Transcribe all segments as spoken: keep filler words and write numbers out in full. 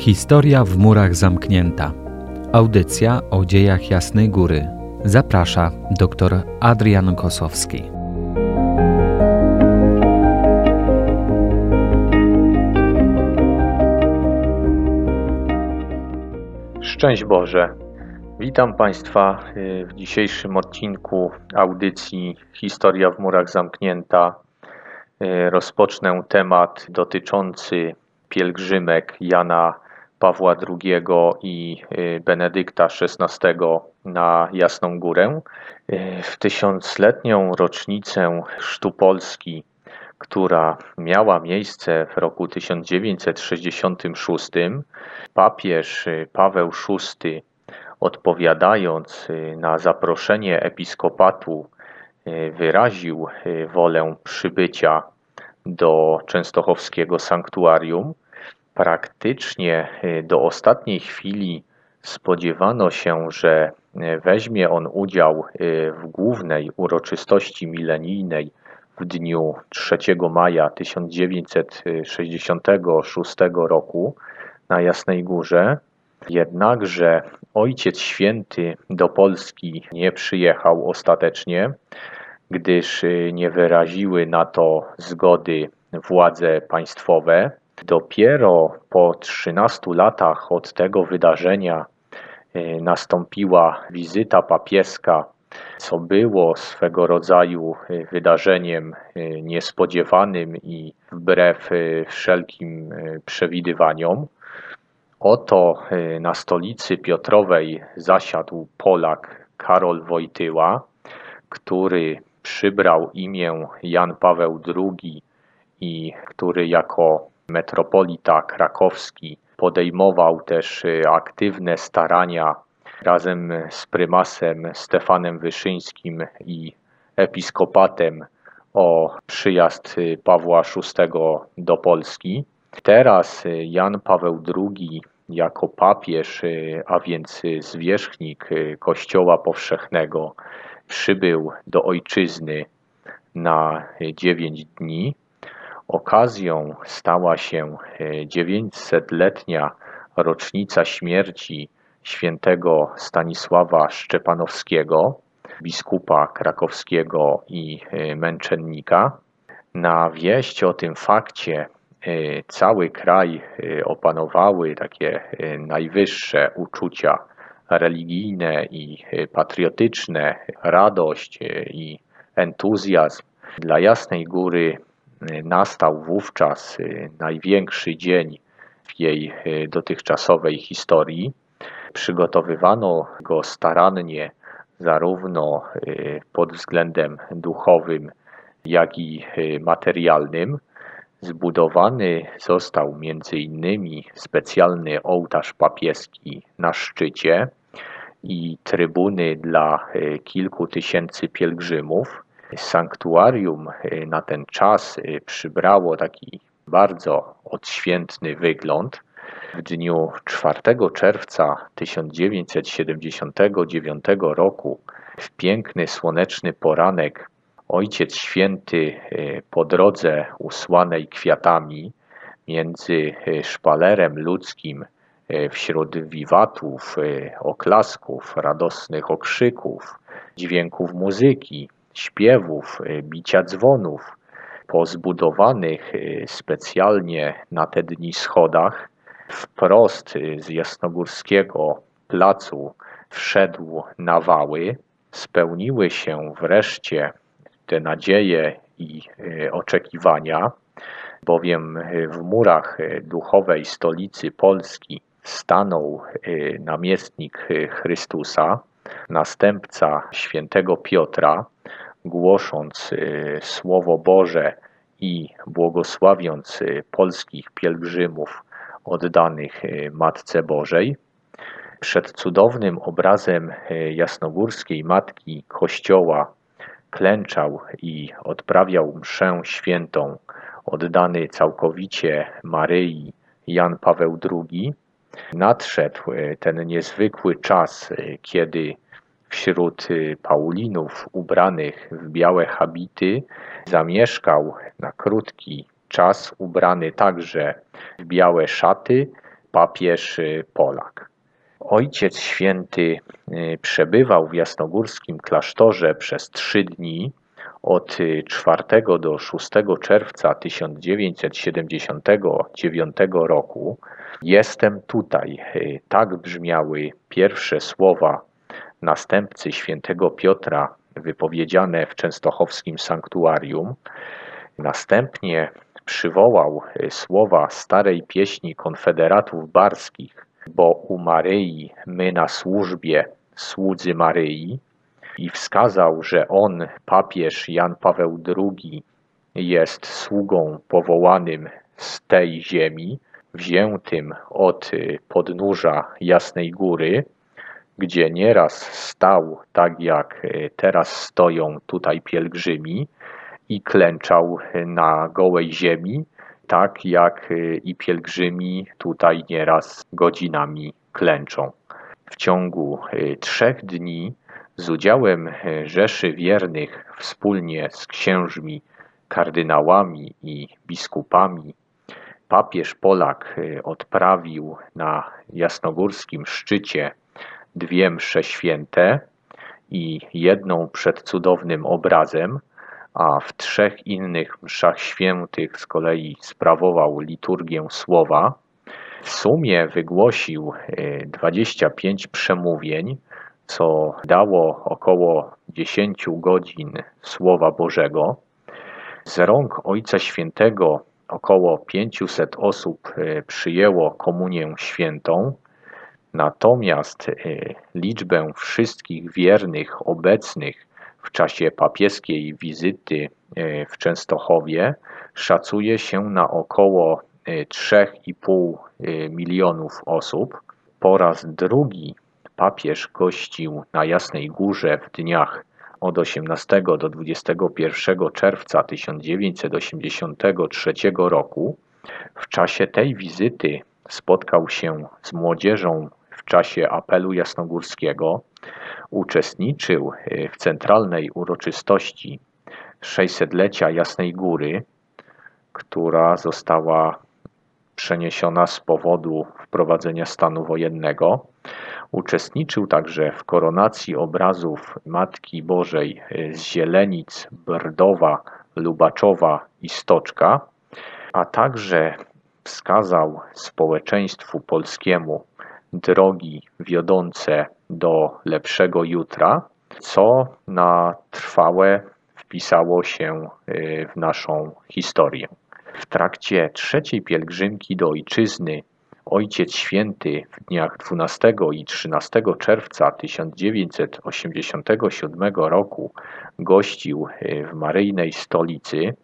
Historia w murach zamknięta. Audycja o dziejach Jasnej Góry. Zaprasza dr Adrian Kosowski. Szczęść Boże. Witam Państwa w dzisiejszym odcinku audycji Historia w murach zamknięta. Rozpocznę temat dotyczący pielgrzymek Jana Pawła drugiego i Benedykta szesnastego na Jasną Górę. W tysiącletnią rocznicę chrztu Polski, która miała miejsce w roku tysiąc dziewięćset sześćdziesiątym szóstym, papież Paweł szósty, odpowiadając na zaproszenie episkopatu, wyraził wolę przybycia do częstochowskiego sanktuarium. Praktycznie do ostatniej chwili spodziewano się, że weźmie on udział w głównej uroczystości milenijnej w dniu trzeciego maja tysiąc dziewięćset sześćdziesiątego szóstego roku na Jasnej Górze. Jednakże Ojciec Święty do Polski nie przyjechał ostatecznie, gdyż nie wyraziły na to zgody władze państwowe. Dopiero po trzynastu latach od tego wydarzenia nastąpiła wizyta papieska, co było swego rodzaju wydarzeniem niespodziewanym i wbrew wszelkim przewidywaniom. Oto na stolicy Piotrowej zasiadł Polak Karol Wojtyła, który przybrał imię Jan Paweł drugi i który jako metropolita krakowski podejmował też aktywne starania razem z prymasem Stefanem Wyszyńskim i episkopatem o przyjazd Pawła szóstego do Polski. Teraz Jan Paweł drugi jako papież, a więc zwierzchnik Kościoła Powszechnego, przybył do ojczyzny na dziewięć dni. Okazją stała się dziewięćsetletnia rocznica śmierci świętego Stanisława Szczepanowskiego, biskupa krakowskiego i męczennika. Na wieść o tym fakcie cały kraj opanowały takie najwyższe uczucia religijne i patriotyczne, radość i entuzjazm. Dla Jasnej Góry nastał wówczas największy dzień w jej dotychczasowej historii. Przygotowywano go starannie zarówno pod względem duchowym, jak i materialnym. Zbudowany został między innymi specjalny ołtarz papieski na szczycie i trybuny dla kilku tysięcy pielgrzymów. Sanktuarium na ten czas przybrało taki bardzo odświętny wygląd. W dniu czwartego czerwca tysiąc dziewięćset siedemdziesiątego dziewiątego roku, w piękny słoneczny poranek, Ojciec Święty po drodze usłanej kwiatami między szpalerem ludzkim, wśród wiwatów, oklasków, radosnych okrzyków, dźwięków muzyki, śpiewów, bicia dzwonów, po zbudowanych specjalnie na te dni schodach, wprost z jasnogórskiego placu wszedł na wały. Spełniły się wreszcie te nadzieje i oczekiwania, bowiem w murach duchowej stolicy Polski stanął namiestnik Chrystusa, następca świętego Piotra, głosząc Słowo Boże i błogosławiąc polskich pielgrzymów oddanych Matce Bożej. Przed cudownym obrazem jasnogórskiej Matki Kościoła klęczał i odprawiał mszę świętą oddany całkowicie Maryi Jan Paweł drugi. Nadszedł ten niezwykły czas, kiedy wśród Paulinów ubranych w białe habity zamieszkał na krótki czas ubrany także w białe szaty papież Polak. Ojciec Święty przebywał w jasnogórskim klasztorze przez trzy dni od czwartego do szóstego czerwca tysiąc dziewięćset siedemdziesiątego dziewiątego roku. Jestem tutaj. Tak brzmiały pierwsze słowa następcy świętego Piotra wypowiedziane w częstochowskim sanktuarium. Następnie przywołał słowa starej pieśni konfederatów barskich, bo u Maryi my na służbie, słudzy Maryi, i wskazał, że on, papież Jan Paweł drugi, jest sługą powołanym z tej ziemi, wziętym od podnóża Jasnej Góry, gdzie nieraz stał, tak jak teraz stoją tutaj pielgrzymi, i klęczał na gołej ziemi, tak jak i pielgrzymi tutaj nieraz godzinami klęczą. W ciągu trzech dni z udziałem rzeszy wiernych wspólnie z księżmi, kardynałami i biskupami papież Polak odprawił na jasnogórskim szczycie dwie msze święte i jedną przed cudownym obrazem, a w trzech innych mszach świętych z kolei sprawował liturgię słowa. W sumie wygłosił dwadzieścia pięć przemówień, co dało około dziesięć godzin Słowa Bożego. Z rąk Ojca Świętego około pięćset osób przyjęło komunię świętą, natomiast liczbę wszystkich wiernych obecnych w czasie papieskiej wizyty w Częstochowie szacuje się na około trzy i pół milionów osób. Po raz drugi papież gościł na Jasnej Górze w dniach od osiemnastego do dwudziestego pierwszego czerwca tysiąc dziewięćset osiemdziesiątego trzeciego roku. W czasie tej wizyty spotkał się z młodzieżą w czasie apelu jasnogórskiego, uczestniczył w centralnej uroczystości sześćsetlecia Jasnej Góry, która została przeniesiona z powodu wprowadzenia stanu wojennego. Uczestniczył także w koronacji obrazów Matki Bożej z Zielenic, Brdowa, Lubaczowa i Stoczka, a także wskazał społeczeństwu polskiemu drogi wiodące do lepszego jutra, co na trwałe wpisało się w naszą historię. W trakcie trzeciej pielgrzymki do Ojczyzny Ojciec Święty w dniach dwunastego i trzynastego czerwca tysiąc dziewięćset osiemdziesiątego siódmego roku gościł w Maryjnej Stolicy,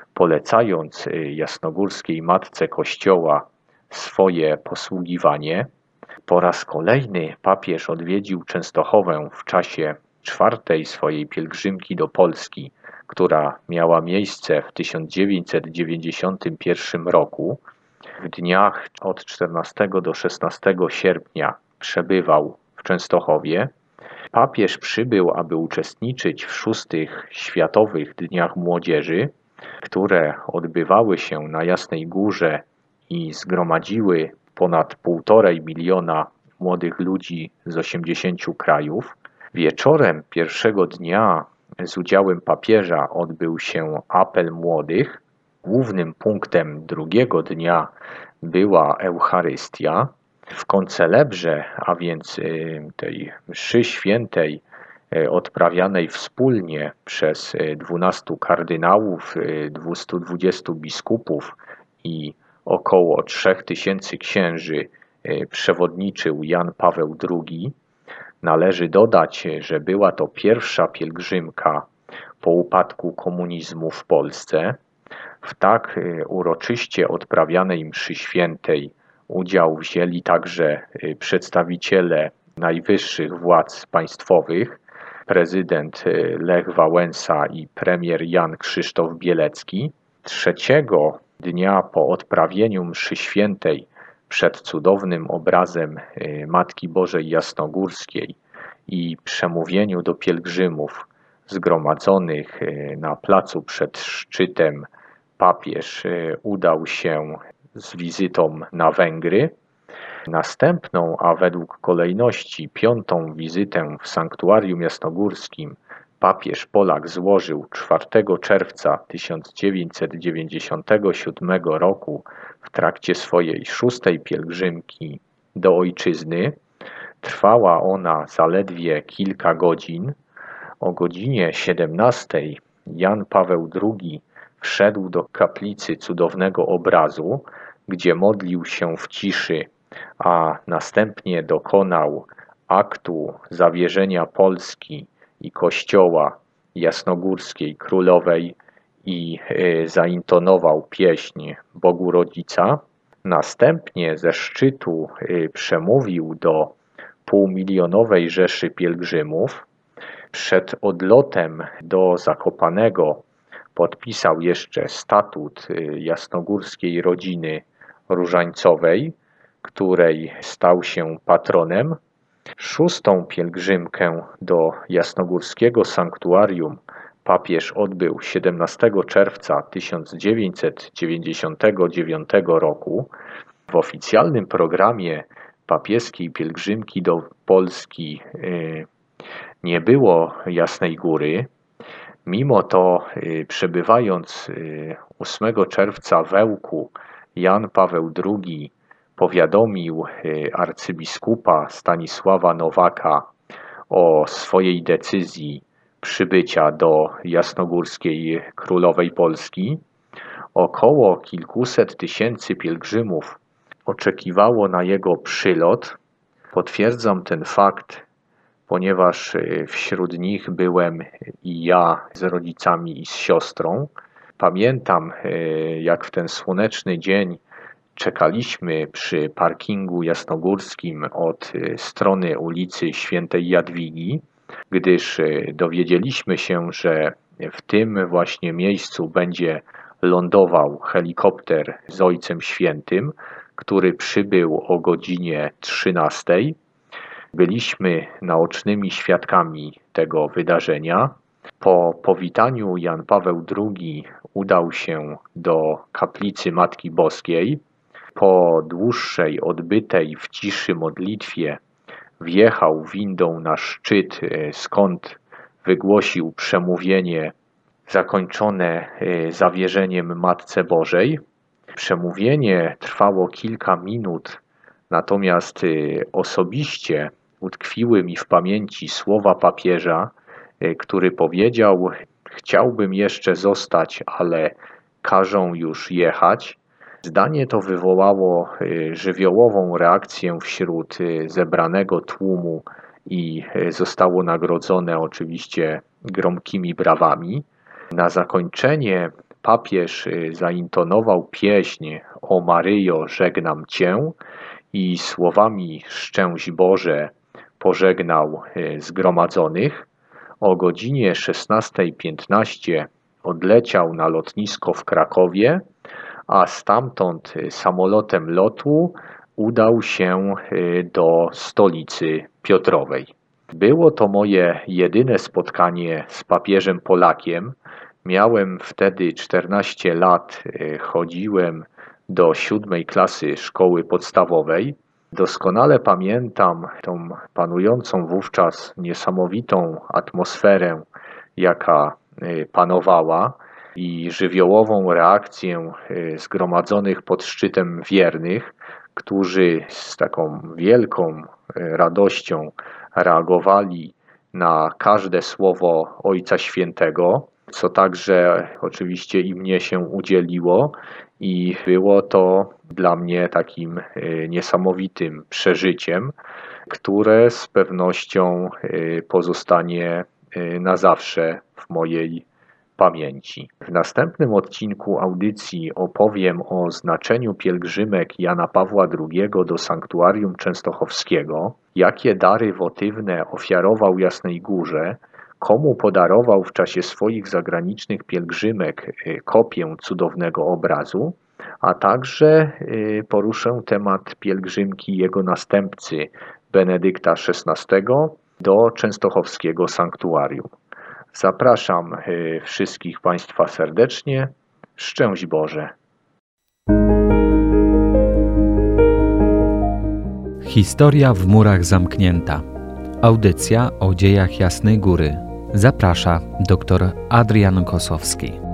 polecając jasnogórskiej Matce Kościoła swoje posługiwanie. Po raz kolejny papież odwiedził Częstochowę w czasie czwartej swojej pielgrzymki do Polski, która miała miejsce w tysiąc dziewięćset dziewięćdziesiątym pierwszym roku. W dniach od czternastego do szesnastego sierpnia przebywał w Częstochowie. Papież przybył, aby uczestniczyć w szóstych Światowych Dniach Młodzieży, które odbywały się na Jasnej Górze i zgromadziły ponad półtorej miliona młodych ludzi z osiemdziesięciu krajów. Wieczorem pierwszego dnia z udziałem papieża odbył się apel młodych. Głównym punktem drugiego dnia była Eucharystia. W koncelebrze, a więc tej mszy świętej odprawianej wspólnie przez dwunastu kardynałów, dwustu dwudziestu biskupów i około trzech tysięcy księży, przewodniczył Jan Paweł drugi. Należy dodać, że była to pierwsza pielgrzymka po upadku komunizmu w Polsce. W tak uroczyście odprawianej mszy świętej udział wzięli także przedstawiciele najwyższych władz państwowych, prezydent Lech Wałęsa i premier Jan Krzysztof Bielecki. Trzeciego dnia po odprawieniu mszy świętej przed cudownym obrazem Matki Bożej Jasnogórskiej i przemówieniu do pielgrzymów zgromadzonych na placu przed szczytem, papież udał się z wizytą na Węgry. Następną, a według kolejności piątą wizytę w sanktuarium jasnogórskim papież Polak złożył czwartego czerwca tysiąc dziewięćset dziewięćdziesiątego siódmego roku w trakcie swojej szóstej pielgrzymki do ojczyzny. Trwała ona zaledwie kilka godzin. O godzinie siedemnastej Jan Paweł drugi wszedł do kaplicy Cudownego Obrazu, gdzie modlił się w ciszy, a następnie dokonał aktu zawierzenia Polski i Kościoła Jasnogórskiej Królowej i zaintonował pieśń Bogu Rodzica. Następnie ze szczytu przemówił do półmilionowej rzeszy pielgrzymów. Przed odlotem do Zakopanego podpisał jeszcze statut jasnogórskiej rodziny różańcowej, której stał się patronem. Szóstą pielgrzymkę do jasnogórskiego sanktuarium papież odbył siedemnastego czerwca tysiąc dziewięćset dziewięćdziesiątego dziewiątego roku. W oficjalnym programie papieskiej pielgrzymki do Polski nie było Jasnej Góry. Mimo to, przebywając ósmego czerwca w Ełku, Jan Paweł drugi powiadomił arcybiskupa Stanisława Nowaka o swojej decyzji przybycia do Jasnogórskiej Królowej Polski. Około kilkuset tysięcy pielgrzymów oczekiwało na jego przylot. Potwierdzam ten fakt, ponieważ wśród nich byłem i ja z rodzicami i z siostrą. Pamiętam, jak w ten słoneczny dzień czekaliśmy przy parkingu jasnogórskim od strony ulicy Świętej Jadwigi, gdyż dowiedzieliśmy się, że w tym właśnie miejscu będzie lądował helikopter z Ojcem Świętym, który przybył o godzinie trzynastej. Byliśmy naocznymi świadkami tego wydarzenia. Po powitaniu Jan Paweł drugi udał się do kaplicy Matki Boskiej. Po dłuższej odbytej w ciszy modlitwie wjechał windą na szczyt, skąd wygłosił przemówienie zakończone zawierzeniem Matce Bożej. Przemówienie trwało kilka minut, natomiast osobiście utkwiły mi w pamięci słowa papieża, który powiedział: chciałbym jeszcze zostać, ale każą już jechać. Zdanie to wywołało żywiołową reakcję wśród zebranego tłumu i zostało nagrodzone oczywiście gromkimi brawami. Na zakończenie papież zaintonował pieśń O Maryjo, żegnam Cię i słowami Szczęść Boże pożegnał zgromadzonych. O godzinie szesnastej piętnaście odleciał na lotnisko w Krakowie, a stamtąd samolotem lotu udał się do stolicy Piotrowej. Było to moje jedyne spotkanie z papieżem Polakiem. Miałem wtedy czternaście lat, chodziłem do siódmej klasy szkoły podstawowej. Doskonale pamiętam tą panującą wówczas niesamowitą atmosferę, jaka panowała, i żywiołową reakcję zgromadzonych pod szczytem wiernych, którzy z taką wielką radością reagowali na każde słowo Ojca Świętego, co także oczywiście i mnie się udzieliło, i było to dla mnie takim niesamowitym przeżyciem, które z pewnością pozostanie na zawsze w mojej pamięci. W następnym odcinku audycji opowiem o znaczeniu pielgrzymek Jana Pawła drugiego do sanktuarium częstochowskiego, jakie dary wotywne ofiarował Jasnej Górze, komu podarował w czasie swoich zagranicznych pielgrzymek kopię Cudownego Obrazu, a także poruszę temat pielgrzymki jego następcy Benedykta szesnastego do częstochowskiego sanktuarium. Zapraszam wszystkich Państwa serdecznie. Szczęść Boże. Historia w murach zamknięta. Audycja o dziejach Jasnej Góry. Zaprasza dr Adrian Kosowski.